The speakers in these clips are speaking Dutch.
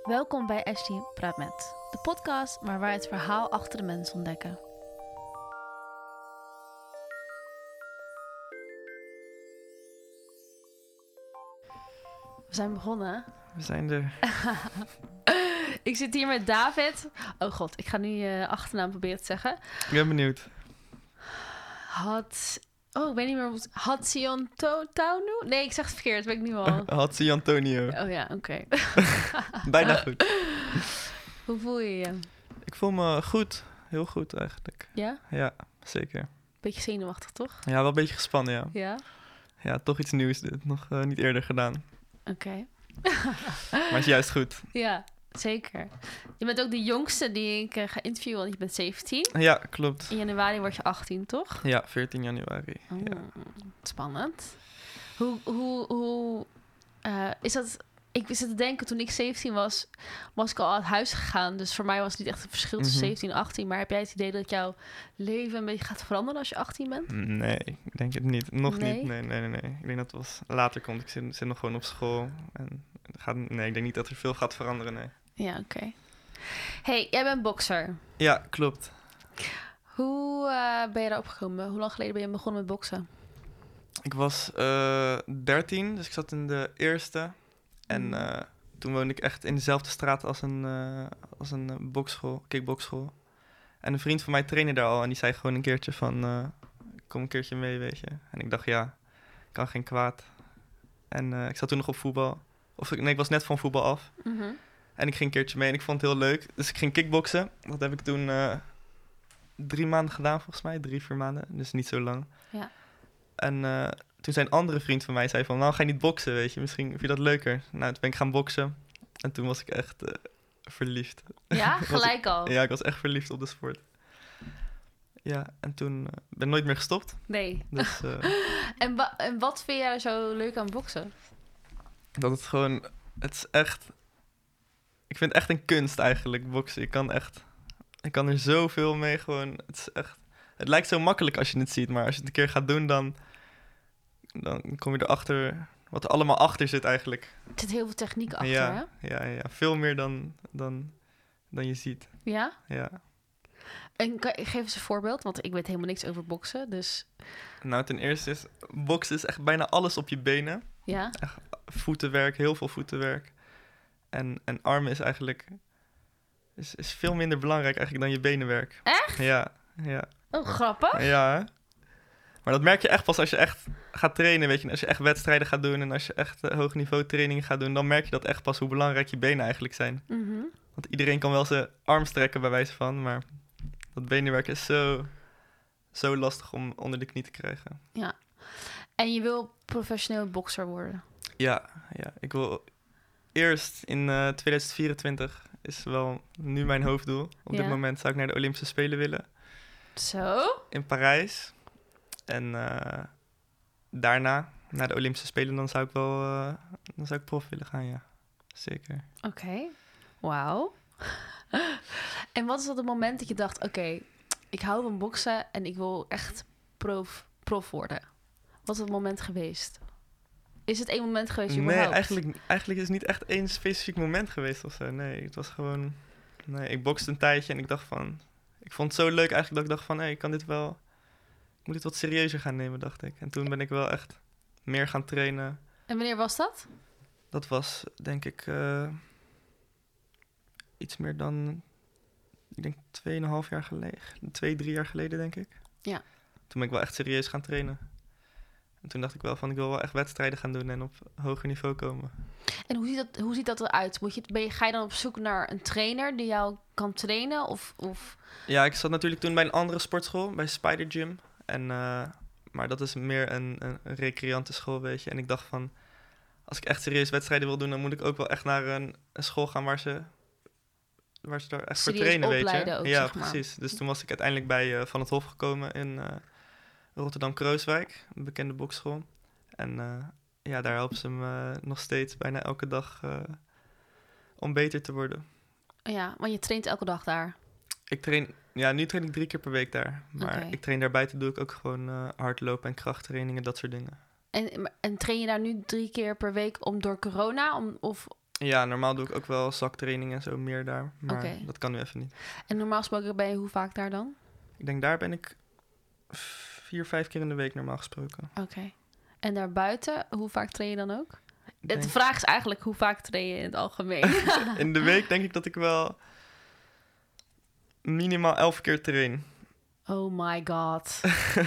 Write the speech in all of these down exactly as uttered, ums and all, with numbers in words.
Welkom bij Ashley Praat Met, de podcast waar wij het verhaal achter de mens ontdekken. We zijn begonnen. We zijn er. Ik zit hier met David. Oh god, ik ga nu je achternaam proberen te zeggen. Ik ben benieuwd. Had... Oh, ik weet niet meer hoe het... Hatsiontotaunu? Nee, ik zeg het verkeerd, dat weet ik nu al. Hatsi Antonio. Oh ja, oké. Okay. Bijna goed. Hoe voel je je? Ik voel me goed. Heel goed eigenlijk. Ja? Ja, zeker. Beetje zenuwachtig, toch? Ja, wel een beetje gespannen, ja. Ja? Ja, toch iets nieuws dit. Nog uh, niet eerder gedaan. Oké. Okay. Maar het is juist goed. Ja, zeker. Je bent ook de jongste die ik uh, ga interviewen, want je bent zeventien. Ja, klopt. In januari word je achttien, toch? Ja, veertien januari. Oh, ja. Spannend. Hoe, hoe, hoe uh, is dat... Ik zit te denken, toen ik zeventien was, was ik al uit huis gegaan. Dus voor mij was het niet echt een verschil tussen Mm-hmm. zeventien en achttien. Maar heb jij het idee dat jouw leven een beetje gaat veranderen als je achttien bent? Nee, ik denk het niet. Nog Nee? niet. Nee, nee, nee, nee. Ik denk dat het was later komt. Ik zit, zit nog gewoon op school. En het gaat, nee, ik denk niet dat er veel gaat veranderen, nee. Ja, oké. Okay. Hey, jij bent bokser. Ja, klopt. Hoe uh, ben je daarop gekomen? Hoe lang geleden ben je begonnen met boksen? Ik was uh, dertien, dus ik zat in de eerste. En uh, toen woonde ik echt in dezelfde straat als een, uh, als een uh, boksschool, kickboksschool. En een vriend van mij trainde daar al en die zei gewoon een keertje van, uh, kom een keertje mee, weet je. En ik dacht, ja, kan geen kwaad. En uh, ik zat toen nog op voetbal. Of nee, ik was net van voetbal af. Mm-hmm. En ik ging een keertje mee en ik vond het heel leuk. Dus ik ging kickboksen. Dat heb ik toen uh, drie maanden gedaan, volgens mij. Drie, vier maanden. Dus niet zo lang. Ja. En uh, toen zei een andere vriend van mij, zei van, nou ga je niet boksen, weet je. Misschien vind je dat leuker. Nou, toen ben ik gaan boksen. En toen was ik echt uh, verliefd. Ja, gelijk ik, al? Ja, ik was echt verliefd op de sport. Ja, en toen uh, ben ik nooit meer gestopt. Nee. Dus, uh, en, wa- en wat vind jij zo leuk aan boksen? Dat het gewoon, het is echt, ik vind het echt een kunst eigenlijk, boksen. Ik kan echt, ik kan er zoveel mee gewoon, het is echt, het lijkt zo makkelijk als je het ziet, maar als je het een keer gaat doen, dan, dan kom je erachter wat er allemaal achter zit eigenlijk. Er zit heel veel techniek achter, ja, hè? Ja, ja, veel meer dan, dan, dan je ziet. Ja? Ja. En kan, geef eens een voorbeeld, want ik weet helemaal niks over boksen, dus... Nou, ten eerste is, boksen is echt bijna alles op je benen. Ja? Echt voetenwerk, heel veel voetenwerk. En, en armen is eigenlijk, is, is veel minder belangrijk eigenlijk dan je benenwerk. Echt? Ja, ja. Oh, grappig. Ja, hè? Maar dat merk je echt pas als je echt gaat trainen, weet je. Als je echt wedstrijden gaat doen en als je echt uh, hoog niveau trainingen gaat doen, dan merk je dat echt pas hoe belangrijk je benen eigenlijk zijn. Mm-hmm. Want iedereen kan wel zijn arm strekken bij wijze van, maar dat benenwerk is zo, zo lastig om onder de knie te krijgen. Ja. En je wil professioneel bokser worden? Ja, ja. Ik wil eerst in uh, tweeduizend vierentwintig is wel nu mijn hoofddoel. Op ja. dit moment zou ik naar de Olympische Spelen willen. Zo? In Parijs. En uh, daarna, naar de Olympische Spelen, dan zou ik wel uh, dan zou ik prof willen gaan, ja. Zeker. Oké. Okay. Wauw. En wat is dat het moment dat je dacht, oké, okay, ik hou van boksen en ik wil echt prof, prof worden? Wat is het moment geweest? Is het één moment geweest überhaupt? Nee, eigenlijk, eigenlijk is het niet echt één specifiek moment geweest of zo. Nee, het was gewoon... Nee, ik bokste een tijdje en ik dacht van... Ik vond het zo leuk eigenlijk dat ik dacht van... Hé, hey, ik kan dit wel... Ik moet dit wat serieuzer gaan nemen, dacht ik. En toen ben ik wel echt meer gaan trainen. En wanneer was dat? Dat was, denk ik... Uh, iets meer dan... Ik denk tweeënhalf jaar geleden. Twee, drie jaar geleden, denk ik. Ja. Toen ben ik wel echt serieus gaan trainen. En toen dacht ik wel van, ik wil wel echt wedstrijden gaan doen en op hoger niveau komen. En hoe ziet dat, hoe ziet dat eruit? Moet je, ben je, ga je dan op zoek naar een trainer die jou kan trainen? Of, of... Ja, ik zat natuurlijk toen bij een andere sportschool, bij Spider Gym. En, uh, maar dat is meer een, een, een recreantenschool, weet je. En ik dacht van, als ik echt serieus wedstrijden wil doen, dan moet ik ook wel echt naar een, een school gaan waar ze, waar ze daar echt serieus voor trainen, weet je. Ook, ja, zeg maar. Precies. Dus toen was ik uiteindelijk bij uh, Van het Hof gekomen in uh, Rotterdam-Krooswijk, een bekende boksschool. En uh, ja, daar helpen ze me uh, nog steeds bijna elke dag uh, om beter te worden. Ja, want je traint elke dag daar. Ik train, ja, nu train ik drie keer per week daar. Maar okay. ik train daarbuiten, doe ik ook gewoon uh, hardlopen en krachttrainingen, dat soort dingen. En, en train je daar nu drie keer per week om door corona? Om, of... Ja, normaal doe ik ook wel zaktraining en zo meer daar. Maar Oké. dat kan nu even niet. En normaal gesproken ben je hoe vaak daar dan? Ik denk, daar ben ik vier, vijf keer in de week normaal gesproken. Oké. En daarbuiten, hoe vaak train je dan ook? Ik De denk- vraag is eigenlijk, hoe vaak train je in het algemeen? in de week denk ik dat ik wel minimaal elf keer train. Oh my god.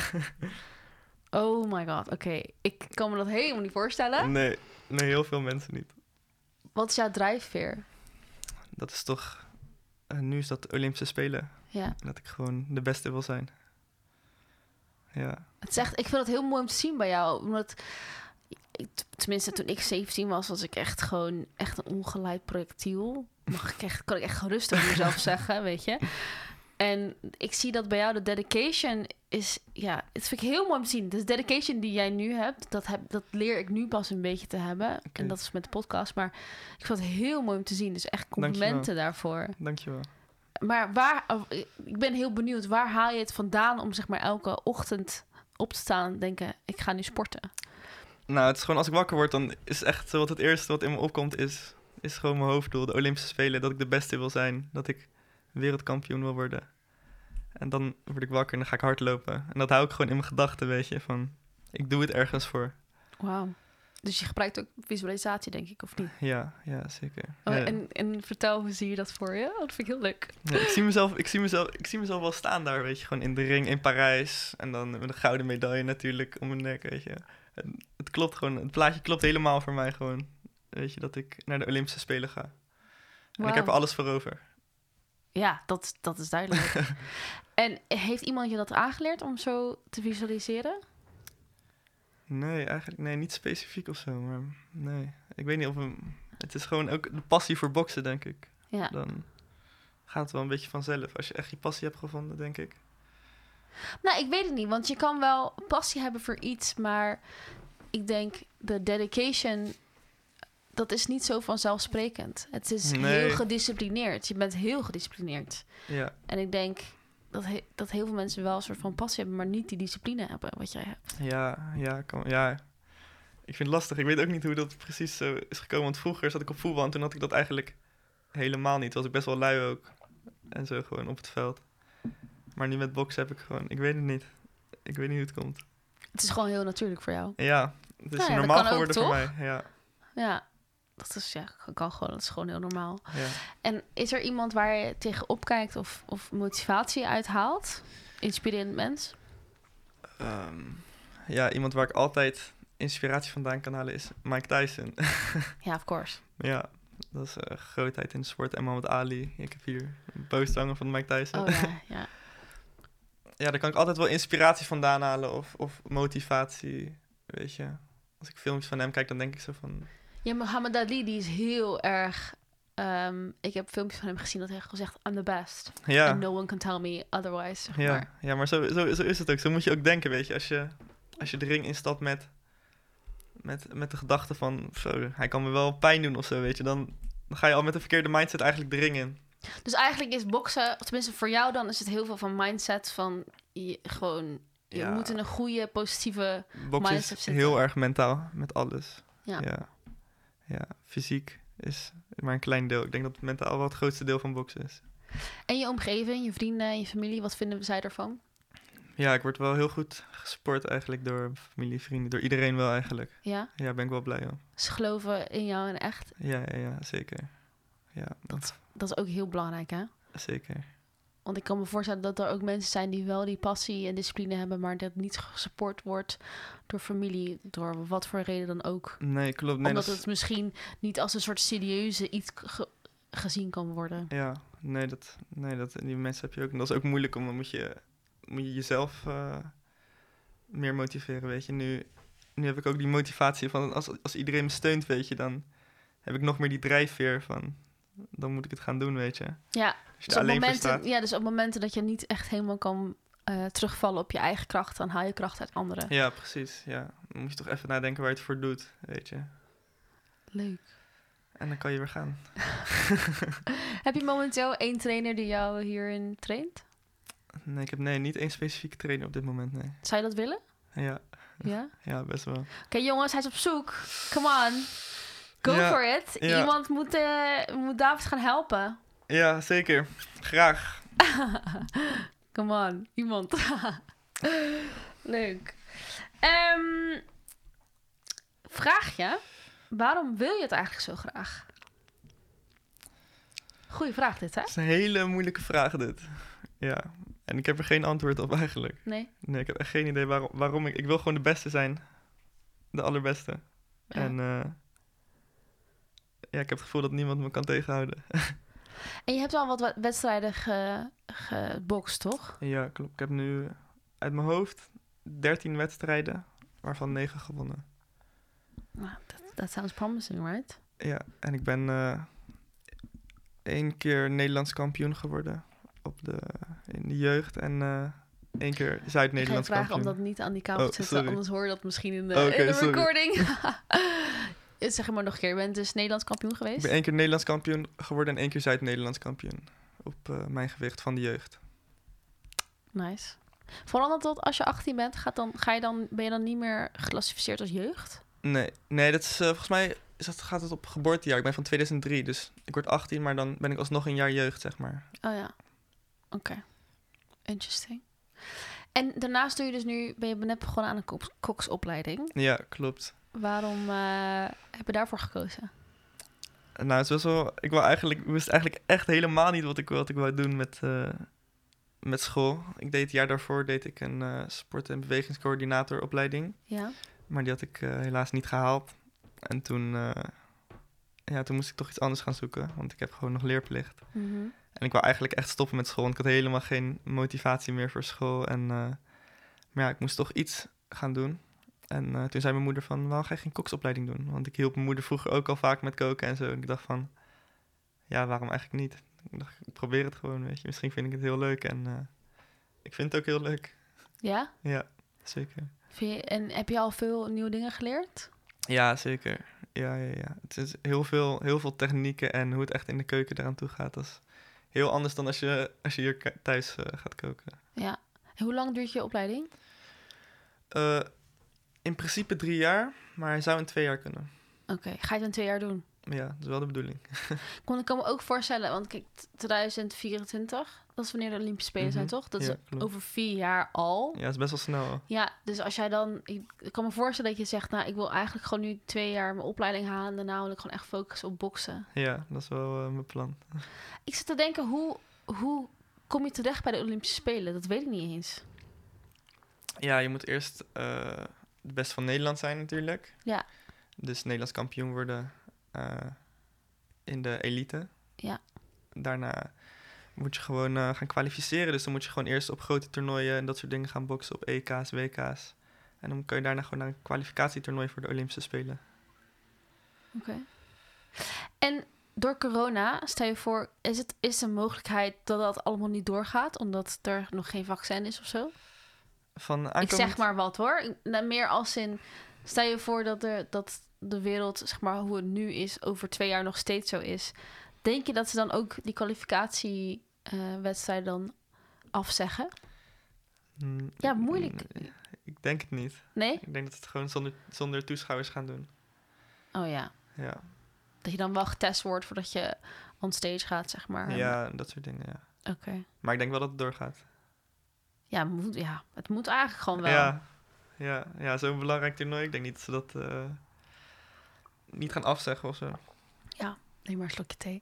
Oh my god. Oké, ik kan me dat helemaal niet voorstellen. Nee, nee, heel veel mensen niet. Wat is jouw drijfveer? Dat is toch... eh, nu is dat de Olympische Spelen. Ja. Dat ik gewoon de beste wil zijn. Ja. Het is echt, ik vind het heel mooi om te zien bij jou. Omdat, ik, tenminste, toen ik zeventien was, was ik echt gewoon echt een ongeleid projectiel. Mag ik echt, kan ik echt gerust over mezelf zeggen, weet je. En ik zie dat bij jou de dedication is... Ja, het vind ik heel mooi om te zien. De dedication die jij nu hebt, dat, heb, dat leer ik nu pas een beetje te hebben. Okay. En dat is met de podcast. Maar ik vind het heel mooi om te zien. Dus echt complimenten Dankjewel. daarvoor. Dankjewel. Maar waar... Ik ben heel benieuwd. Waar haal je het vandaan om zeg maar elke ochtend op te staan en denken... Ik ga nu sporten. Nou, het is gewoon als ik wakker word, dan is echt wat het eerste wat in me opkomt is... Is gewoon mijn hoofddoel, de Olympische Spelen. Dat ik de beste wil zijn. Dat ik wereldkampioen wil worden. En dan word ik wakker en dan ga ik hardlopen. En dat hou ik gewoon in mijn gedachten, weet je. Van, ik doe het ergens voor. Wauw. Dus je gebruikt ook visualisatie, denk ik, of niet? Ja, ja, zeker. Oh, ja. en, en vertel, hoe zie je dat voor je? Oh, dat vind ik heel leuk. Ja, ik, zie mezelf, ik, zie mezelf, ik zie mezelf wel staan daar, weet je. Gewoon in de ring in Parijs. En dan met een gouden medaille natuurlijk om mijn nek, weet je. En het klopt gewoon, het plaatje klopt helemaal voor mij gewoon. Weet je, dat ik naar de Olympische Spelen ga. En Wauw. ik heb er alles voor over. Ja, dat, dat is duidelijk. En heeft iemand je dat aangeleerd om zo te visualiseren? Nee, eigenlijk nee, niet specifiek of zo, maar nee. Ik weet niet of... Een, het is gewoon ook de passie voor boksen, denk ik. Ja. Dan gaat het wel een beetje vanzelf. Als je echt je passie hebt gevonden, denk ik. Nou, ik weet het niet, want je kan wel passie hebben voor iets, maar ik denk de dedication, dat is niet zo vanzelfsprekend. Het is Nee. heel gedisciplineerd. Je bent heel gedisciplineerd. Ja, En ik denk dat, he- dat heel veel mensen wel een soort van passie hebben, maar niet die discipline hebben wat jij hebt. ja, ja, kan, ja. Ik vind het lastig. Ik weet ook niet hoe dat precies zo is gekomen. Want vroeger zat ik op voetbal en toen had ik dat eigenlijk helemaal niet. Was ik best wel lui ook. En zo gewoon op het veld. Maar nu met boksen heb ik gewoon... Ik weet het niet. Ik weet niet hoe het komt. Het is gewoon heel natuurlijk voor jou. Ja, het is Nou ja, dat normaal kan ook, geworden voor toch? mij. Ja, Ja, dat is, ja, kan gewoon, dat is gewoon heel normaal. ja. En is er iemand waar je tegenop kijkt of, of motivatie uithaalt? Inspirerend mens? Ehm, ja, iemand waar ik altijd inspiratie vandaan kan halen is Mike Tyson. Ja, of course. Ja, dat is een grootheid in de sport. En Muhammad Ali. Ik heb hier een poster hangen van Mike Tyson. Oh ja, ja. Ja, daar kan ik altijd wel inspiratie vandaan halen of, of motivatie, weet je. Als ik filmpjes van hem kijk, dan denk ik zo van... Ja, Muhammad Ali, die is heel erg... Um, ik heb filmpjes van hem gezien dat hij heeft gezegd... I'm the best. Ja, And no one can tell me otherwise, zeg ja, maar. ja maar zo, zo, zo is het ook. Zo moet je ook denken, weet je. Als je, als je de ring instapt met, met, met de gedachte van... Zo, hij kan me wel pijn doen of zo, weet je. Dan, dan ga je al met de verkeerde mindset eigenlijk de ring in. Dus eigenlijk is boksen, of tenminste voor jou dan... is het heel veel van mindset, van je, gewoon... Je Ja. moet in een goede, positieve... Boksen Mindset is zitten. heel erg mentaal met alles. Ja. Ja. Ja, fysiek is maar een klein deel. Ik denk dat het mentaal wel het grootste deel van boksen is. En je omgeving, je vrienden, je familie, wat vinden zij ervan? Ja, ik word wel heel goed gesupport eigenlijk door familie, vrienden, door iedereen wel eigenlijk. Ja? Ja, ben ik wel blij om. Ze geloven in jou en echt. Ja, ja, ja, zeker. Ja, Dat, dat is ook heel belangrijk, hè? zeker. Want ik kan me voorstellen dat er ook mensen zijn die wel die passie en discipline hebben, maar dat niet gesupport wordt door familie, door wat voor reden dan ook. Nee, klopt. Nee, Omdat dat is- het misschien niet als een soort serieuze iets ge- gezien kan worden. Ja, nee, dat, nee dat, die mensen heb je ook. En dat is ook moeilijk, om dan moet je, moet je jezelf eh, meer motiveren, weet je. Nu, nu heb ik ook die motivatie van, als, als iedereen me steunt, weet je, dan heb ik nog meer die drijfveer van, dan moet ik het gaan doen, weet je. Ja, Als je dus er op, alleen voor momenten, staat. ja, dus op momenten dat je niet echt helemaal kan eh, terugvallen op je eigen kracht, dan haal je kracht uit anderen. Ja, precies, ja. Dan moet je toch even nadenken waar je het voor doet, weet je. Leuk. En dan kan je weer gaan. Heb je momenteel één trainer die jou hierin traint? Nee, ik heb nee, niet één specifieke trainer op dit moment, nee. Zou je dat willen? Ja, Ja? ja, best wel. Oké jongens, hij is op zoek. Come on. Go Ja, for it. ja. Iemand moet, uh, moet David gaan helpen. Ja, zeker. Graag. Come on, iemand. Leuk. Um, vraagje. Waarom wil je het eigenlijk zo graag? Goeie vraag dit, hè? Dat is een hele moeilijke vraag, dit. Ja, en ik heb er geen antwoord op eigenlijk. Nee? Nee, ik heb echt geen idee waarom, waarom ik... Ik wil gewoon de beste zijn. De allerbeste. Ja. En uh, ja, ik heb het gevoel dat niemand me kan tegenhouden. En je hebt al wat wedstrijden ge, gebokst, toch? Ja, klopt. Ik heb nu uit mijn hoofd dertien wedstrijden, waarvan negen gewonnen. Nou, that sounds promising, right? Ja, en ik ben uh, één keer Nederlands kampioen geworden op de, in de jeugd en uh, één keer Zuid-Nederlands kampioen. Ik ga je vragen om dat niet aan die kabel Oh, te zetten, sorry. anders hoor je dat misschien in de, Okay, in de sorry. recording. Zeg maar nog een keer, je bent dus Nederlands kampioen geweest? Ik ben één keer Nederlands kampioen geworden en één keer Zuid-Nederlands kampioen op uh, mijn gewicht van de jeugd. Nice. Vooral dat als je achttien bent, gaat dan, ga je dan, ben je dan niet meer geclassificeerd als jeugd? Nee, nee dat is, uh, volgens mij is dat, gaat het op geboortejaar. Ik ben van tweeduizend drie, dus ik word achttien, maar dan ben ik alsnog een jaar jeugd, zeg maar. Oh ja, oké. Okay. Interesting. En daarnaast doe je dus nu, ben je net begonnen aan een koksopleiding. Ja, klopt. Waarom uh, heb je daarvoor gekozen? Nou, het is best wel... Ik wil eigenlijk, wist eigenlijk echt helemaal niet wat ik, wat ik wou doen met, uh, met school. Ik deed het jaar daarvoor deed ik een uh, sport- en bewegingscoördinatoropleiding. Ja. Maar die had ik uh, helaas niet gehaald. En toen, uh, ja, toen moest ik toch iets anders gaan zoeken, want ik heb gewoon nog leerplicht. Mm-hmm. En ik wou eigenlijk echt stoppen met school, want ik had helemaal geen motivatie meer voor school. En, uh, maar ja, ik moest toch iets gaan doen. En uh, toen zei mijn moeder van, waarom ga je geen koksopleiding doen? Want ik hielp mijn moeder vroeger ook al vaak met koken en zo. En ik dacht van, ja, waarom eigenlijk niet? Ik dacht, ik probeer het gewoon, weet je. Misschien vind ik het heel leuk en uh, ik vind het ook heel leuk. Ja? Ja, zeker. Vind je, en heb je al veel nieuwe dingen geleerd? Ja, zeker. Ja, ja, ja. Het is heel veel, heel veel technieken en hoe het echt in de keuken eraan toe gaat. Dat is heel anders dan als je, als je hier thuis uh, gaat koken. Ja. En hoe lang duurt je opleiding? Uh, in principe drie jaar, maar hij zou in twee jaar kunnen. Oké, okay. Ga je het in twee jaar doen? Ja, dat is wel de bedoeling. Kon ik me ook voorstellen, want kijk, twintig vierentwintig, dat is wanneer de Olympische Spelen mm-hmm. zijn, toch? Dat ja, is klopt. over vier jaar al. Ja, dat is best wel snel al. Ja, dus als jij dan... Ik, ik kan me voorstellen dat je zegt, nou, ik wil eigenlijk gewoon nu twee jaar mijn opleiding halen en daarna wil ik gewoon echt focussen op boksen. Ja, dat is wel uh, mijn plan. Ik zit te denken, hoe, hoe kom je terecht bij de Olympische Spelen? Dat weet ik niet eens. Ja, je moet eerst uh, de beste van Nederland zijn natuurlijk. Ja. Dus Nederlands kampioen worden uh, in de elite. Ja. Daarna moet je gewoon uh, gaan kwalificeren. Dus dan moet je gewoon eerst op grote toernooien en dat soort dingen gaan boksen op E K's, W K's. En dan kan je daarna gewoon naar een kwalificatietoernooi voor de Olympische Spelen. Oké. Okay. En door corona, stel je voor, is het is een mogelijkheid dat dat allemaal niet doorgaat, omdat er nog geen vaccin is of zo? Van aankomend... Ik zeg maar wat hoor. Meer als in, stel je voor dat, er, dat de wereld, zeg maar hoe het nu is, over twee jaar nog steeds zo is. Denk je dat ze dan ook die kwalificatiewedstrijd uh, dan afzeggen? Mm, ja, moeilijk. Ik denk het niet. Nee? Ik denk dat ze het gewoon zonder, zonder toeschouwers gaan doen. Oh ja. Ja. Dat je dan wel getest wordt voordat je on stage gaat, zeg maar. Ja, dat soort dingen, ja. Oké. Okay. Maar ik denk wel dat het doorgaat. Ja, moet, ja, het moet eigenlijk gewoon wel. Ja, ja, ja, zo'n belangrijk toernooi. Ik denk niet dat ze dat uh, niet gaan afzeggen of zo. Ja, neem maar een slokje thee.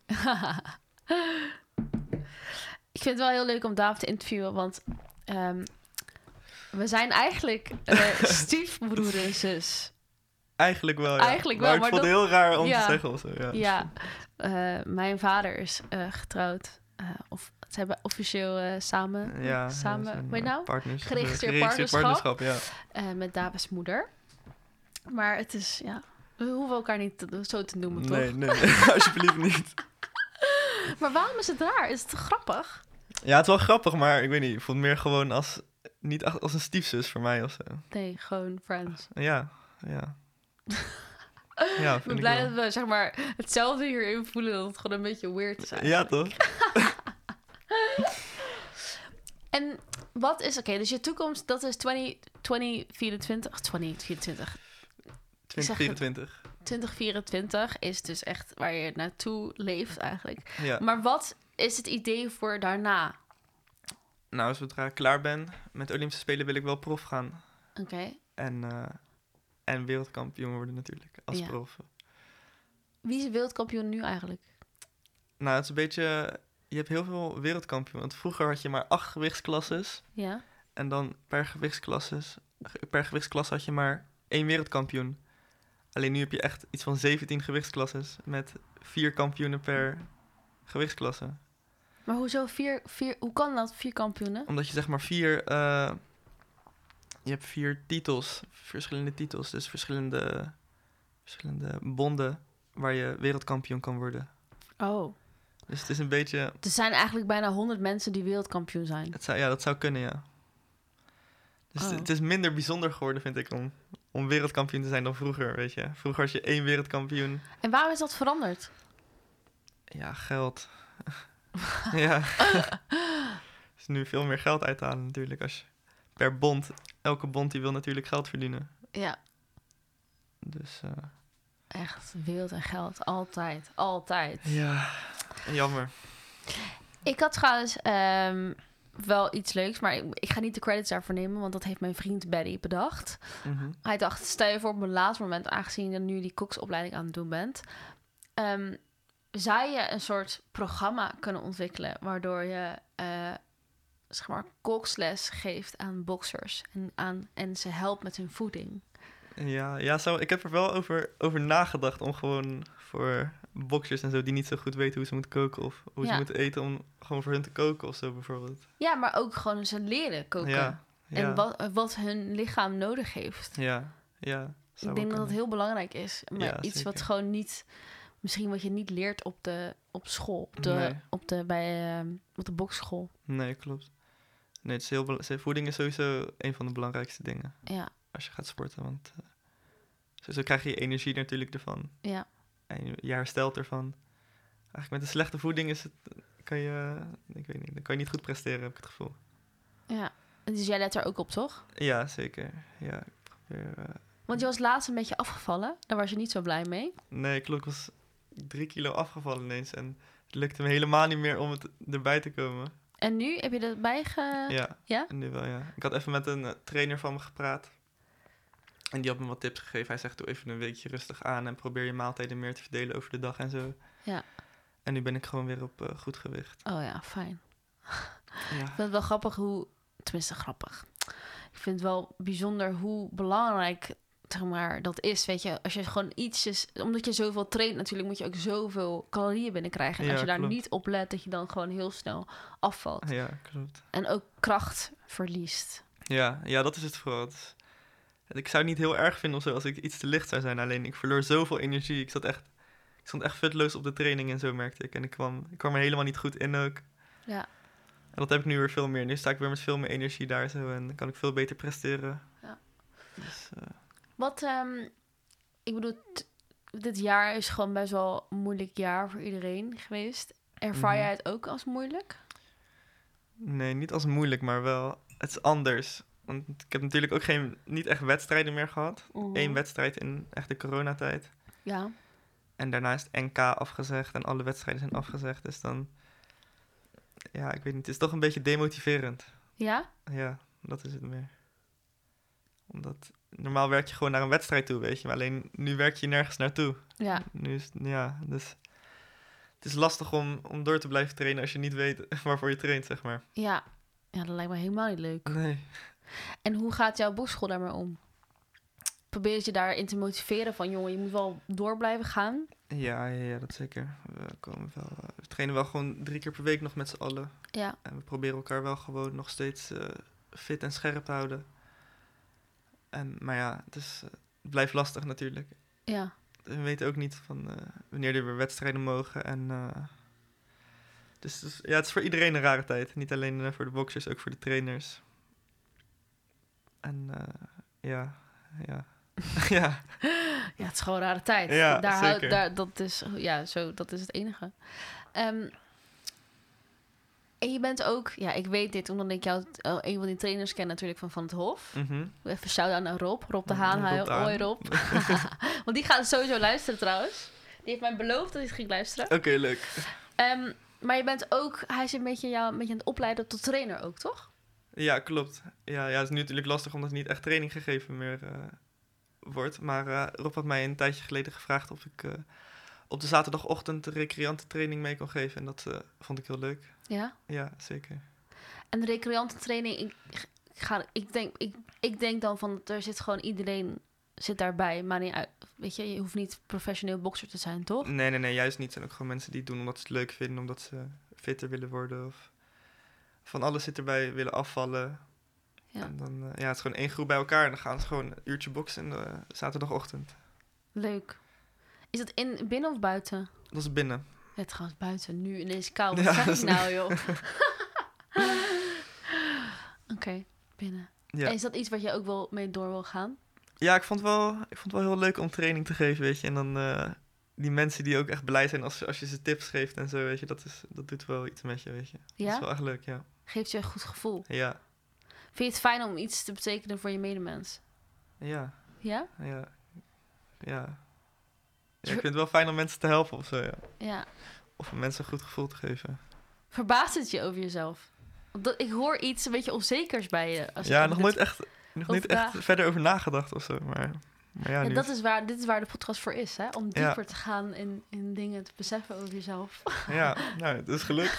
Ik vind het wel heel leuk om David te interviewen, want um, we zijn eigenlijk uh, stiefbroer en zus. Eigenlijk wel, ja. Eigenlijk wel, maar ik maar vond dat... het heel raar om ja. te zeggen of zo. Ja, ja. Uh, mijn vader is uh, getrouwd. Uh, of ze hebben officieel uh, samen, ja, samen ja, weet je nou? Partners, geregistreerd, geregistreerd partnerschap, partnerschap ja. uh, met Davids moeder. Maar het is, ja, we hoeven elkaar niet te, zo te noemen, nee, toch? Nee, nee, alsjeblieft niet. Maar waarom is het raar? Is het grappig? Ja, het is wel grappig, maar ik weet niet. Ik vond het meer gewoon als, niet als een stiefzus voor mij of zo. Nee, gewoon friends. Ja, ja. Ja, ik ben blij dat we zeg maar hetzelfde hierin voelen, dat het gewoon een beetje weird is eigenlijk. Ja, toch? En wat is, oké, okay, dus je toekomst, dat is twintig vierentwintig, twintig vierentwintig. twintig vierentwintig. twintig vierentwintig is dus echt waar je naartoe leeft eigenlijk. Ja. Maar wat is het idee voor daarna? Nou, zodra ik klaar ben met de Olympische Spelen wil ik wel prof gaan. Oké. Okay. En, uh, en wereldkampioen worden natuurlijk, als ja. prof. Wie is wereldkampioen nu eigenlijk? Nou, het is een beetje... Je hebt heel veel wereldkampioen. Want vroeger had je maar acht gewichtsklasses. Ja. En dan per gewichtsklasses, per gewichtsklasse had je maar één wereldkampioen. Alleen nu heb je echt iets van zeventien gewichtsklasses met vier kampioenen per gewichtsklasse. Maar hoezo vier, vier, hoe kan dat, vier kampioenen? Omdat je zeg maar vier... Uh, je hebt vier titels, verschillende titels. Dus verschillende, verschillende bonden waar je wereldkampioen kan worden. Oh. Dus het is een beetje... Er zijn eigenlijk bijna honderd mensen die wereldkampioen zijn. Het zou, ja, dat zou kunnen, ja. Dus oh. het, het is minder bijzonder geworden, vind ik, om, om wereldkampioen te zijn dan vroeger, weet je. Vroeger was je één wereldkampioen. En waarom is dat veranderd? Ja, geld. ja. Er is nu veel meer geld uit te halen natuurlijk. Als je, per bond, elke bond die wil natuurlijk geld verdienen. Ja. Dus... Uh, echt, wereld en geld. Altijd. Altijd. Ja, jammer. Ik had trouwens um, wel iets leuks, maar ik, ik ga niet de credits daarvoor nemen, want dat heeft mijn vriend Barry bedacht. Mm-hmm. Hij dacht, stel je voor op een laatst moment, aangezien je nu die koksopleiding aan het doen bent, um, zou je een soort programma kunnen ontwikkelen waardoor je uh, zeg maar koksles geeft aan boxers en, aan, en ze helpt met hun voeding. Ja, ja zo, ik heb er wel over, over nagedacht om gewoon voor boxers en zo die niet zo goed weten hoe ze moeten koken of hoe ja. ze moeten eten, om gewoon voor hun te koken of zo bijvoorbeeld. Ja, maar ook gewoon ze leren koken. Ja, ja. En wat, wat hun lichaam nodig heeft. Ja, ja. Ik denk dat dat heel belangrijk is. Maar ja, iets zeker. wat gewoon niet, misschien wat je niet leert op de op school, op de, nee. op de, bij, uh, op de bokschool. Nee, klopt. Nee, het is heel, voeding is sowieso een van de belangrijkste dingen. Ja. Als je gaat sporten, want uh, sowieso krijg je energie natuurlijk ervan. Ja. En je, je herstelt ervan. Eigenlijk met een slechte voeding is het, kan je, ik weet niet, dan kan je niet goed presteren, heb ik het gevoel. Ja, dus jij let er ook op, toch? Ja, zeker. Ja, ik probeer... Uh, want je was laatst een beetje afgevallen. Daar was je niet zo blij mee. Nee, klopt. Ik was drie kilo afgevallen ineens. En het lukte me helemaal niet meer om het erbij te komen. En nu? Heb je erbij ge... Ja, ja? nu wel, ja. Ik had even met een uh, trainer van me gepraat. En die had me wat tips gegeven. Hij zegt, doe even een weekje rustig aan en probeer je maaltijden meer te verdelen over de dag en zo. Ja. En nu ben ik gewoon weer op uh, goed gewicht. Oh ja, fijn. Ja. Ik vind het wel grappig hoe... Tenminste, grappig. Ik vind het wel bijzonder hoe belangrijk, zeg maar, dat is. Weet je, als je gewoon ietsjes... Omdat je zoveel traint natuurlijk, moet je ook zoveel calorieën binnenkrijgen. En ja, als je daar klopt. niet op let, dat je dan gewoon heel snel afvalt. Ja, klopt. En ook kracht verliest. Ja, ja, dat is het vooral. Het is, ik zou het niet heel erg vinden of zo als ik iets te licht zou zijn. Alleen ik verloor zoveel energie. Ik zat echt, ik stond echt futloos op de training en zo, merkte ik. En ik kwam, ik kwam er helemaal niet goed in ook. Ja. En dat heb ik nu weer veel meer. Nu sta ik weer met veel meer energie daar zo. En dan kan ik veel beter presteren. Ja. Dus, uh... Wat, um, ik bedoel, t- dit jaar is gewoon best wel een moeilijk jaar voor iedereen geweest. Ervaar mm-hmm. jij het ook als moeilijk? Nee, niet als moeilijk, maar wel, het is anders. Want ik heb natuurlijk ook geen, niet echt wedstrijden meer gehad. Mm-hmm. Eén wedstrijd in echt de coronatijd. Ja. En daarna is het N K afgezegd en alle wedstrijden zijn afgezegd. Dus dan, ja, ik weet niet, het is toch een beetje demotiverend. Ja? Ja, dat is het meer. Omdat, normaal werk je gewoon naar een wedstrijd toe, weet je. Maar alleen, nu werk je nergens naartoe. Ja. Nu is, ja, dus... Het is lastig om, om door te blijven trainen als je niet weet waarvoor je traint, zeg maar. Ja. Ja, dat lijkt me helemaal niet leuk. Nee. En hoe gaat jouw bokschool daarmee om? Probeer je daarin te motiveren van, jongen, je moet wel door blijven gaan? Ja, ja, ja, dat zeker. We, komen wel, uh, we trainen wel gewoon drie keer per week nog met z'n allen. Ja. En we proberen elkaar wel gewoon nog steeds uh, fit en scherp te houden. En, maar ja, het, is, uh, het blijft lastig natuurlijk. Ja. We weten ook niet van uh, wanneer er weer wedstrijden mogen. En, uh, dus, dus ja, het is voor iedereen een rare tijd. Niet alleen uh, voor de boxers, ook voor de trainers. En uh, ja, ja. ja. Ja, het is gewoon een rare tijd. Ja, daar zeker. Houd, daar, dat, is, ja, zo, dat is het enige. Um, en je bent ook... Ja, ik weet dit omdat ik jou... Uh, een van die trainers ken natuurlijk van Van het Hof. Mm-hmm. Even shout-out naar Rob. Rob de Haan. Rob de Haan. Hoi Rob. Want die gaat sowieso luisteren trouwens. Die heeft mij beloofd dat hij het ging luisteren. Oké, okay, leuk. Um, maar je bent ook... Hij is een beetje jou een beetje aan het opleiden tot trainer ook, toch? Ja, klopt. Ja, ja, het is nu natuurlijk lastig omdat er niet echt training gegeven meer uh, wordt. Maar uh, Rob had mij een tijdje geleden gevraagd of ik uh, op de zaterdagochtend de recreantentraining mee kon geven. En dat uh, vond ik heel leuk. Ja? Ja, zeker. En de recreantentraining, ik, ik, ga, ik, denk, ik, ik denk dan van, er zit gewoon iedereen zit daarbij, maar niet uit. Weet je, je hoeft niet professioneel bokser te zijn, toch? Nee, nee, nee, juist niet. Er zijn ook gewoon mensen die het doen omdat ze het leuk vinden, omdat ze fitter willen worden of van alles zit erbij, willen afvallen. Ja. En dan, uh, ja, het is gewoon één groep bij elkaar en dan gaan ze gewoon een uurtje boksen in de zaterdagochtend. Leuk. Is dat in binnen of buiten? Dat is binnen. Ja, trouwens buiten. Nu ineens koud. Wat ja, zeg ik nou, joh? Oké, okay, binnen. Ja. En is dat iets wat je ook wel mee door wil gaan? Ja, ik vond het wel, ik vond het wel heel leuk om training te geven, weet je. En dan uh, die mensen die ook echt blij zijn als, als je ze tips geeft en zo, weet je. Dat, is, dat doet wel iets met je, weet je. Ja? Dat is wel echt leuk, ja. Geeft je een goed gevoel? Ja. Vind je het fijn om iets te betekenen voor je medemens? Ja. Ja? Ja. Ja. Ja, ik vind het wel fijn om mensen te helpen of zo, ja. Ja. Of om mensen een goed gevoel te geven. Verbaast het je over jezelf? Want ik hoor iets een beetje onzekers bij je. Als ja, je nog nooit echt, nog niet echt verder over nagedacht of zo, maar... Maar ja, ja, dat is waar, dit is waar de podcast voor is, hè? Om dieper ja. te gaan in, in dingen te beseffen over jezelf. Ja, nou, het is gelukt.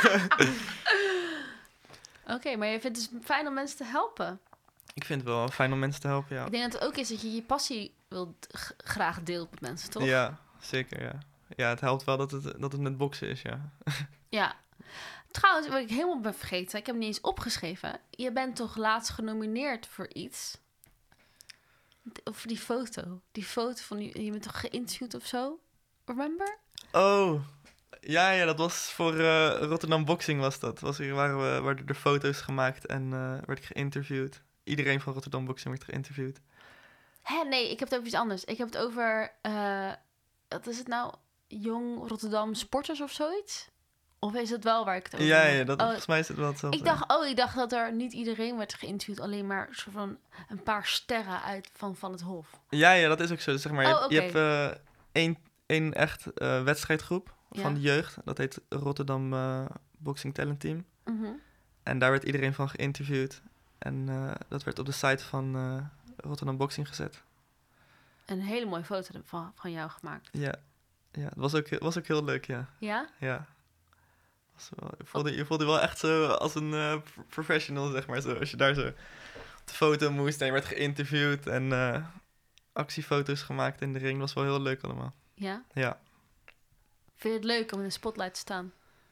Oké, okay, maar je vindt het dus fijn om mensen te helpen? Ik vind het wel fijn om mensen te helpen, ja. Ik denk dat het ook is dat je je passie wilt g- graag deelt met mensen, toch? Ja, zeker, ja. Ja, het helpt wel dat het, dat het met boksen is, ja. Ja. Trouwens, wat ik helemaal ben vergeten, ik heb het niet eens opgeschreven. Je bent toch laatst genomineerd voor iets? Of die foto. Die foto van je, je bent toch geïnterviewd of zo? Remember? Oh, ja, ja, dat was voor uh, Rotterdam Boxing was dat. Was hier, waren, we, werden er foto's gemaakt en uh, werd ik geïnterviewd. Iedereen van Rotterdam Boxing werd geïnterviewd. Hé, nee, ik heb het over iets anders. Ik heb het over, uh, wat is het nou? Jong Rotterdam Sporters of zoiets? Of is het wel waar ik het over ja, heb? Ja, dat, oh, volgens mij is het wel hetzelfde. Ik dacht, oh, ik dacht dat er niet iedereen werd geïnterviewd, alleen maar soort van een paar sterren uit van, van het Hof. Ja, ja, dat is ook zo. Zeg maar, oh, je, okay. je hebt uh, één, één echt uh, wedstrijdgroep ja. van de jeugd. Dat heet Rotterdam uh, Boxing Talent Team. Mm-hmm. En daar werd iedereen van geïnterviewd. En uh, dat werd op de site van uh, Rotterdam Boxing gezet. Een hele mooie foto van, van jou gemaakt. Ja, ja, het was ook, was ook heel leuk, ja. Ja? Ja. Wel, je, voelde, je voelde wel echt zo als een uh, professional, zeg maar. Zo, als je daar zo op de foto moest en je werd geïnterviewd en uh, actiefoto's gemaakt in de ring. Dat was wel heel leuk allemaal. Ja? Ja. Vind je het leuk om in de spotlight te staan?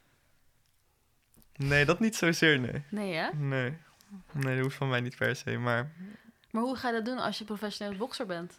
Nee, dat niet zozeer, nee. Nee, hè? Nee. Nee, dat hoeft van mij niet per se, maar... Maar hoe ga je dat doen als je professioneel bokser bent?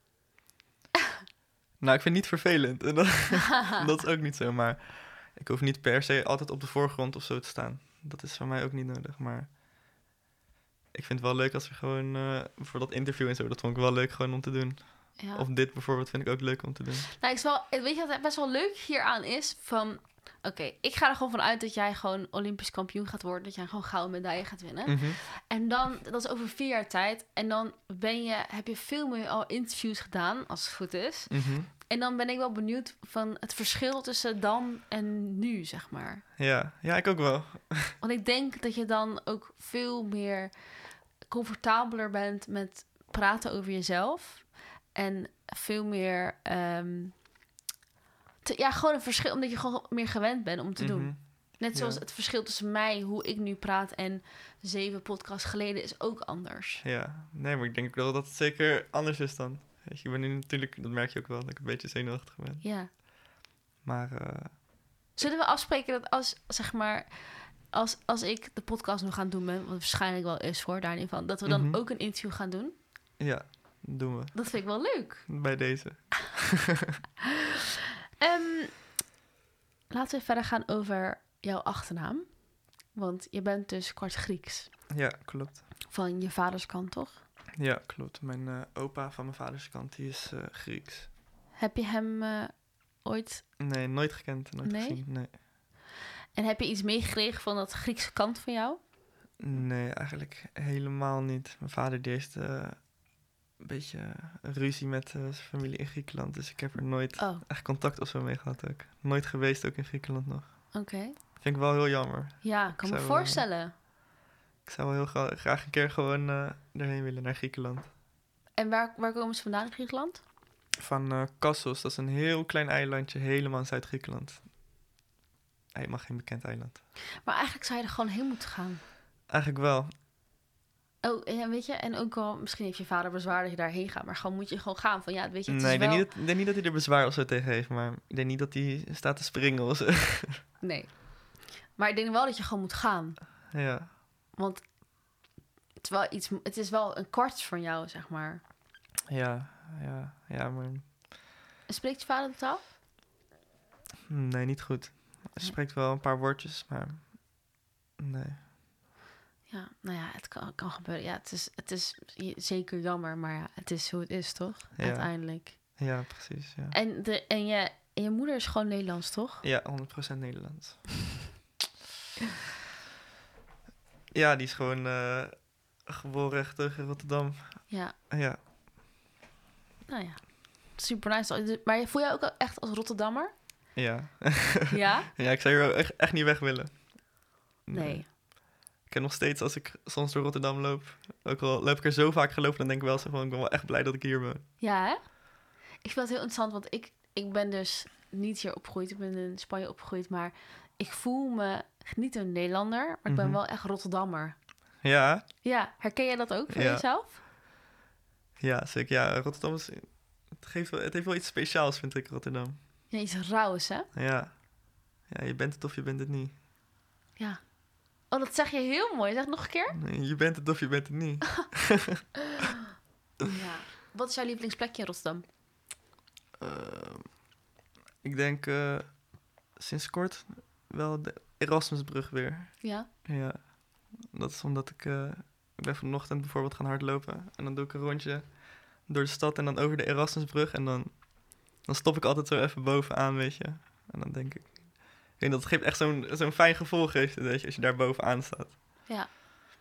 Nou, ik vind het niet vervelend. En dat, dat is ook niet zo, maar... Ik hoef niet per se altijd op de voorgrond of zo te staan. Dat is voor mij ook niet nodig, maar... Ik vind het wel leuk als we gewoon... Uh, voor dat interview en zo, dat vond ik wel leuk gewoon om te doen. Ja. Of dit bijvoorbeeld vind ik ook leuk om te doen. Nou, ik wel, weet je wat best wel leuk hieraan is? Van, oké, okay, ik ga er gewoon van uit dat jij gewoon Olympisch kampioen gaat worden. Dat jij gewoon gouden medaille gaat winnen. Mm-hmm. En dan, dat is over vier jaar tijd. En dan ben je, heb je veel meer al interviews gedaan, als het goed is. Mm-hmm. En dan ben ik wel benieuwd van het verschil tussen dan en nu, zeg maar. Ja, ja, ik ook wel. Want ik denk dat je dan ook veel meer comfortabeler bent met praten over jezelf. En veel meer... Um, te, ja, gewoon een verschil, omdat je gewoon meer gewend bent om te mm-hmm. doen. Net zoals ja. het verschil tussen mij, hoe ik nu praat... en zeven podcasts geleden is ook anders. Ja, nee, maar ik denk wel dat het zeker anders is dan. Weet je, ik ben nu natuurlijk, dat merk je ook wel, dat ik een beetje zenuwachtig ben. Ja. Maar... Uh... Zullen we afspreken dat als, zeg maar... Als, als ik de podcast nu gaan doen ben... wat waarschijnlijk wel is voor, daar niet van... dat we dan mm-hmm. ook een interview gaan doen? Ja, doen we. Dat vind ik wel leuk. Bij deze. um, laten we verder gaan over jouw achternaam. Want je bent dus kwart Grieks. Ja, klopt. Van je vaders kant, toch? Ja, klopt. Mijn uh, opa van mijn vaders kant, die is uh, Grieks. Heb je hem uh, ooit... Nee, nooit gekend, nooit nee? gezien. Nee. En heb je iets meegekregen van dat Griekse kant van jou? Nee, eigenlijk helemaal niet. Mijn vader die heeft... Uh, een beetje een ruzie met eh, zijn familie in Griekenland. Dus ik heb er nooit Oh, echt contact of zo mee gehad ook. Nooit geweest ook in Griekenland nog. oké. Vind ik wel heel jammer. Ja, ik kan Ik me zou wel- voorstellen. Ik zou wel heel gra- graag een keer gewoon eh, erheen willen, naar Griekenland. En waar, waar komen ze vandaan in Griekenland? Van eh Kassos, dat is een heel klein eilandje, helemaal in Zuid-Griekenland. Helemaal geen bekend eiland. Maar eigenlijk zou je er gewoon heen moeten gaan. Eigenlijk wel. Oh, en weet je, en ook al, misschien heeft je vader bezwaar dat je daarheen gaat, maar gewoon moet je gewoon gaan van, ja, weet je, het Nee, is ik denk, wel... niet dat, ik denk niet dat hij er bezwaar of zo tegen heeft, maar ik denk niet dat hij staat te springen of zo. Nee. Maar ik denk wel dat je gewoon moet gaan. Ja. Want het is wel iets, het is wel een kwart van jou, zeg maar. Ja, ja, ja, maar Spreekt je vader de taal? nee, niet goed. Hij spreekt wel een paar woordjes, maar nee. Ja, nou ja, het kan, kan gebeuren. Ja, het is, het is zeker jammer, maar ja, het is hoe het is, toch? Ja. Uiteindelijk. Ja, precies, ja. En, de, en, je, en je moeder is gewoon Nederlands, toch? Ja, honderd procent Nederlands. Ja, die is gewoon eh, geboren echt terug in Rotterdam. Ja, Ja, nou ja. Super nice. Maar voel je ook echt als Rotterdammer? ja. Ja? Ja, ik zou hier wel echt, echt niet weg willen. Nee. Ik heb nog steeds, als ik soms door Rotterdam loop, ook al loop ik er zo vaak gelopen, dan denk ik wel zo van, ik ben wel echt blij dat ik hier ben. Ja, hè? Ik vind het heel interessant, want ik, ik ben dus niet hier opgegroeid. Ik ben in Spanje opgegroeid, maar ik voel me niet een Nederlander, maar ik ben Mhm. wel echt Rotterdammer. Ja, Ja, herken jij dat ook van Ja. jezelf? ja, zeker. Ja, Rotterdam is, het, geeft wel, het heeft wel iets speciaals, vind ik, Rotterdam. Ja, iets rauws, hè? Ja. Ja, je bent het of je bent het niet. Ja. Oh, dat zeg je heel mooi. Zeg het nog een keer. Nee, je bent het of je bent het niet. Ja. Wat is jouw lievelingsplekje in Rotterdam? Eh, ik denk eh, sinds kort wel de Erasmusbrug weer. Ja. Ja, dat is omdat ik... eh, ik ben vanochtend bijvoorbeeld gaan hardlopen. En dan doe ik een rondje door de stad en dan over de Erasmusbrug. En dan, dan stop ik altijd zo even bovenaan, weet je. En dan denk ik... Ik weet dat het geeft echt zo'n zo'n fijn gevoel, geeft het, weet je, als je daar bovenaan staat. Ja.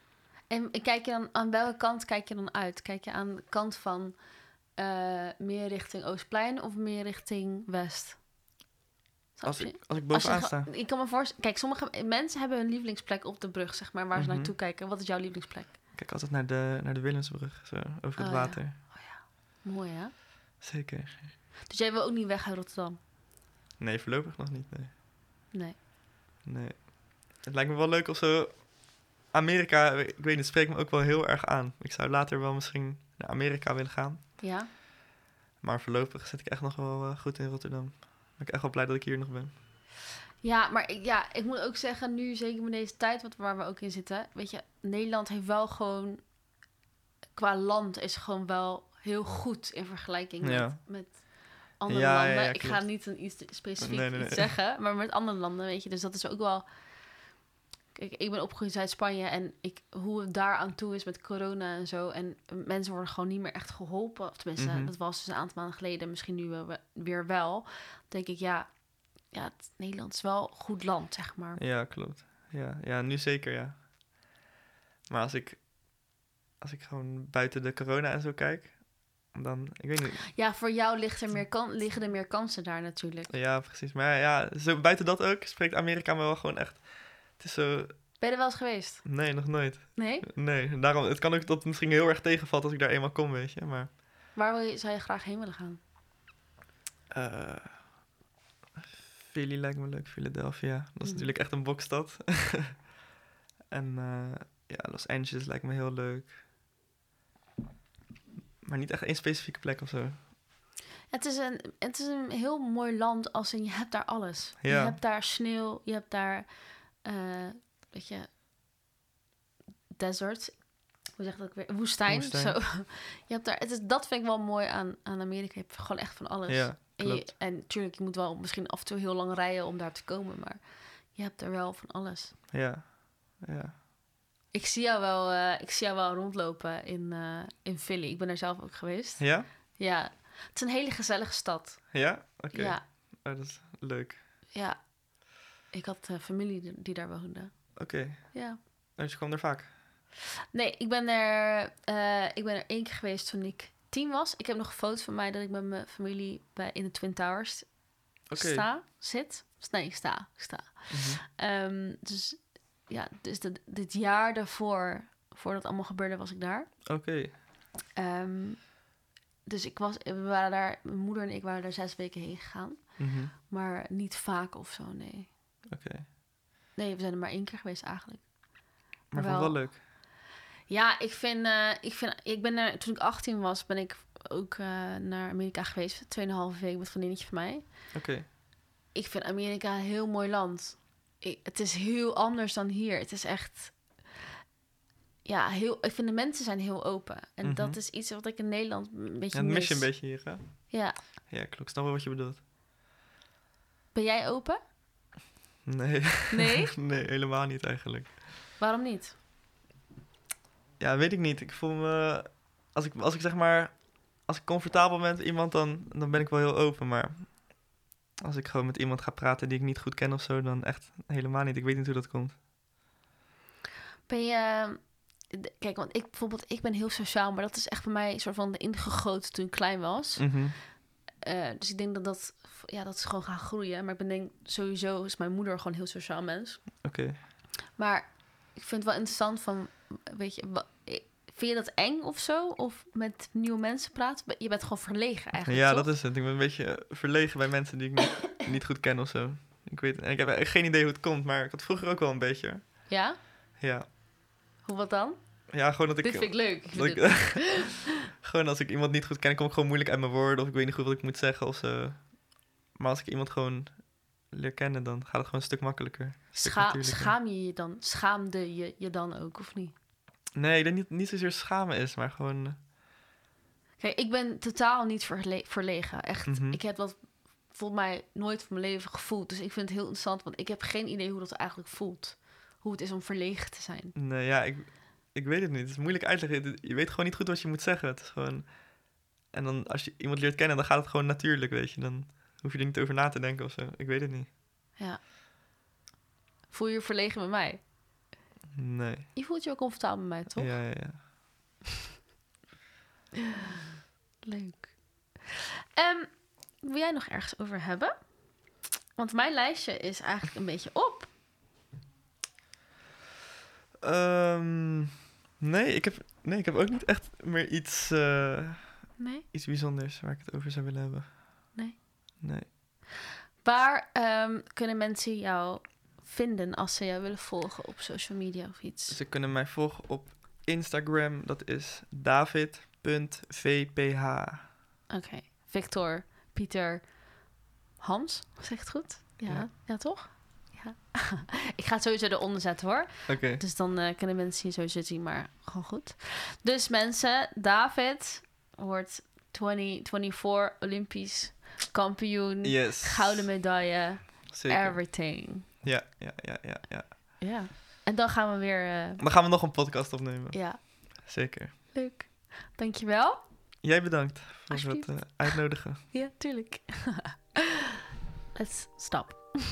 En kijk je dan, aan welke kant kijk je dan uit? Kijk je aan de kant van eh, meer richting Oostplein of meer richting West? Snap Als je? ik, als ik Als je bovenaan ge- sta. Ik kan me voorstellen... Kijk, sommige mensen hebben een lievelingsplek op de brug, zeg maar, waar ze Mhm. naartoe kijken. Wat is jouw lievelingsplek? Kijk altijd naar de, naar de Willemsbrug, zo, over het Oh, ja. water. Mooi, hè? Zeker. Dus jij wil ook niet weg uit Rotterdam? Nee, voorlopig nog niet, nee. Nee. Nee. Het lijkt me wel leuk of zo... Amerika, ik weet niet, het spreekt me ook wel heel erg aan. Ik zou later wel misschien naar Amerika willen gaan. Ja? Maar voorlopig zit ik echt nog wel eh, goed in Rotterdam. Ben ik echt wel blij dat ik hier nog ben. Ja, maar ik, ja, ik moet ook zeggen, nu zeker met deze tijd wat, waar we ook in zitten... Weet je, Nederland heeft wel gewoon... Qua land is gewoon wel heel goed in vergelijking met, Ja. met andere Ja, ja, landen. ja, Ik ga klopt. niet een iets specifiek Nee, nee, iets nee. zeggen, maar met andere landen, weet je. Dus dat is ook wel... Kijk, ik ben opgegroeid in Zuid-Spanje en ik, hoe het daar aan toe is met corona en zo. En mensen worden gewoon niet meer echt geholpen. Of tenminste, Mhm. dat was dus een aantal maanden geleden, misschien nu wel- weer wel. Dan denk ik, ja, ja het, Nederland is wel een goed land, zeg maar. Ja, klopt. Ja, ja, nu zeker, ja. Maar als ik, als ik gewoon buiten de corona en zo kijk, dan, ik weet niet. Ja, voor jou ligt er meer kan, liggen er meer kansen daar natuurlijk. Ja, precies. Maar ja, zo, buiten dat ook spreekt Amerika me wel gewoon echt... Het is zo... Ben je er wel eens geweest? Nee, nog nooit. Nee? Nee, daarom, het kan ook dat het misschien heel erg tegenvalt als ik daar eenmaal kom, weet je. Maar Waar wil je, zou je graag heen willen gaan? eh Philly lijkt me leuk, Philadelphia. Dat is Mhm. natuurlijk echt een bokstad. En eh, ja, Los Angeles lijkt me heel leuk. Maar niet echt één specifieke plek of zo. Het is, een, het is een heel mooi land als in je hebt daar alles. Je Ja. hebt daar sneeuw, je hebt daar, eh, weet je, desert. Hoe zeg je dat ook weer? Woestijn. Woestijn. Zo. Je hebt daar, het is, dat vind ik wel mooi aan, aan Amerika. Je hebt gewoon echt van alles. Ja, en, je, klopt. en natuurlijk, je moet wel misschien af en toe heel lang rijden om daar te komen. Maar je hebt er wel van alles. Ja, ja. Ik zie jou wel, eh, ik zie jou wel rondlopen in, eh, in Philly. Ik ben daar zelf ook geweest. Ja? Ja, het is een hele gezellige stad. Ja? Oké. Ja, Oh, dat is leuk. ja. Ik had uh, familie die, die daar woonde. Oké. Ja. Dus je kwam er vaak? Nee, ik ben er, eh, ik ben er één keer geweest toen ik tien was. Ik heb nog een foto van mij dat ik met mijn familie bij, in de Twin Towers Oké. sta, zit. Nee, ik sta. Ik sta. Mhm. Ehm, dus ja, dus dit, dit jaar daarvoor, voordat het allemaal gebeurde, was ik daar. Oké. Ehm, dus ik was, we waren daar, mijn moeder en ik waren daar zes weken heen gegaan. Mhm. Maar niet vaak of zo, nee. Oké. Nee, we zijn er maar één keer geweest eigenlijk. Maar Wel- vond het wel leuk. Ja, ik vind, eh, ik vind, ik ben er, toen ik achttien was, ben ik ook eh, naar Amerika geweest. Tweeënhalve week met een vriendinnetje van mij. Oké. Ik vind Amerika een heel mooi land. Ik, het is heel anders dan hier. Het is echt, ja, heel, ik vind de mensen zijn heel open. En Mhm. dat is iets wat ik in Nederland een beetje Ja, dat mis mis. je een beetje hier, hè? Ja. Ja, klopt. Ik snap wel wat je bedoelt. Ben jij open? Nee. Nee? Nee, helemaal niet eigenlijk. Waarom niet? Ja, weet ik niet. Ik voel me... Als ik, als ik zeg maar... Als ik comfortabel ben met iemand, dan, dan ben ik wel heel open. Maar als ik gewoon met iemand ga praten die ik niet goed ken of zo, dan echt helemaal niet. Ik weet niet hoe dat komt. Ben je... d- Kijk, want ik bijvoorbeeld, ik ben heel sociaal, maar dat is echt bij mij een soort van ingegoten toen ik klein was. Mhm. Eh, dus ik denk dat dat, ja, dat is gewoon gaan groeien. Maar ik ben denk, sowieso is mijn moeder gewoon een heel sociaal mens. Oké. Maar ik vind het wel interessant van, weet je, wa- vind je dat eng of zo? Of met nieuwe mensen praten? Je bent gewoon verlegen eigenlijk, Ja, toch? dat is het. Ik ben een beetje verlegen bij mensen die ik niet, niet goed ken of zo. Ik weet, en ik heb echt geen idee hoe het komt, maar ik had vroeger ook wel een beetje. Ja? Ja. Hoe wat dan? Ja, gewoon dat ik... Dit vind ik leuk. Ik dat vind ik- dit- Gewoon als ik iemand niet goed ken, kom ik gewoon moeilijk uit mijn woorden of ik weet niet goed wat ik moet zeggen of zo. Maar als ik iemand gewoon leer kennen, dan gaat het gewoon een stuk makkelijker. Een stuk Scha- natuurlijker. schaam je je dan? Schaamde je je dan ook, of niet? Nee, ik denk niet, niet zozeer schamen is, maar gewoon... eh, Kijk, ik ben totaal niet verle- verlegen. Echt, Mhm. ik heb dat volgens mij nooit van mijn leven gevoeld. Dus ik vind het heel interessant, want ik heb geen idee hoe dat eigenlijk voelt. Hoe het is om verlegen te zijn. Nee, ja, ik, ik weet het niet. Het is moeilijk uitleggen. Je weet gewoon niet goed wat je moet zeggen. Het is gewoon... En dan als je iemand leert kennen, dan gaat het gewoon natuurlijk, weet je. Dan hoef je er niet over na te denken of zo. Ik weet het niet. Ja. Voel je je verlegen met mij? Nee. Je voelt je ook comfortabel met mij, toch? Ja, ja, ja. Leuk. Ehm, wil jij nog ergens over hebben? Want mijn lijstje is eigenlijk een beetje op. Ehm, nee, ik heb, nee, ik heb ook niet echt meer iets, eh, Nee? iets bijzonders waar ik het over zou willen hebben. Nee. Nee. Waar ehm, kunnen mensen jou vinden als ze jou willen volgen op social media of iets? Ze kunnen mij volgen op Instagram. Dat is david punt v p h. Oké. Victor, Pieter, Hans, zeg ik het goed? Ja, ja. Ja. toch? Ja. Ik ga het sowieso eronder zetten, hoor. Oké. Dus dan eh, kunnen mensen je sowieso zien, maar gewoon goed. Dus mensen, David wordt twintig eenentwintig Olympisch kampioen, Yes. gouden medaille, Zeker. everything. Ja, ja, ja, ja, ja. Ja. En dan gaan we weer, eh, Dan gaan we nog een podcast opnemen. ja, Zeker. leuk. Dankjewel. Jij bedankt voor het Alsjeblieft. eh, uitnodigen. Ja, tuurlijk. Let's stop.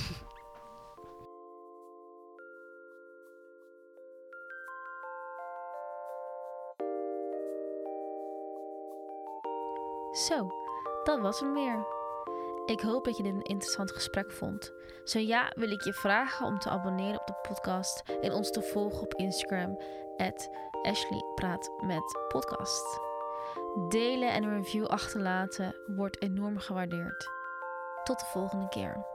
Zo, dat was hem weer. Ik hoop dat je dit een interessant gesprek vond. Zo ja, wil ik je vragen om te abonneren op de podcast en ons te volgen op Instagram, at Ashley Praat met Podcast. Delen en een review achterlaten wordt enorm gewaardeerd. Tot de volgende keer.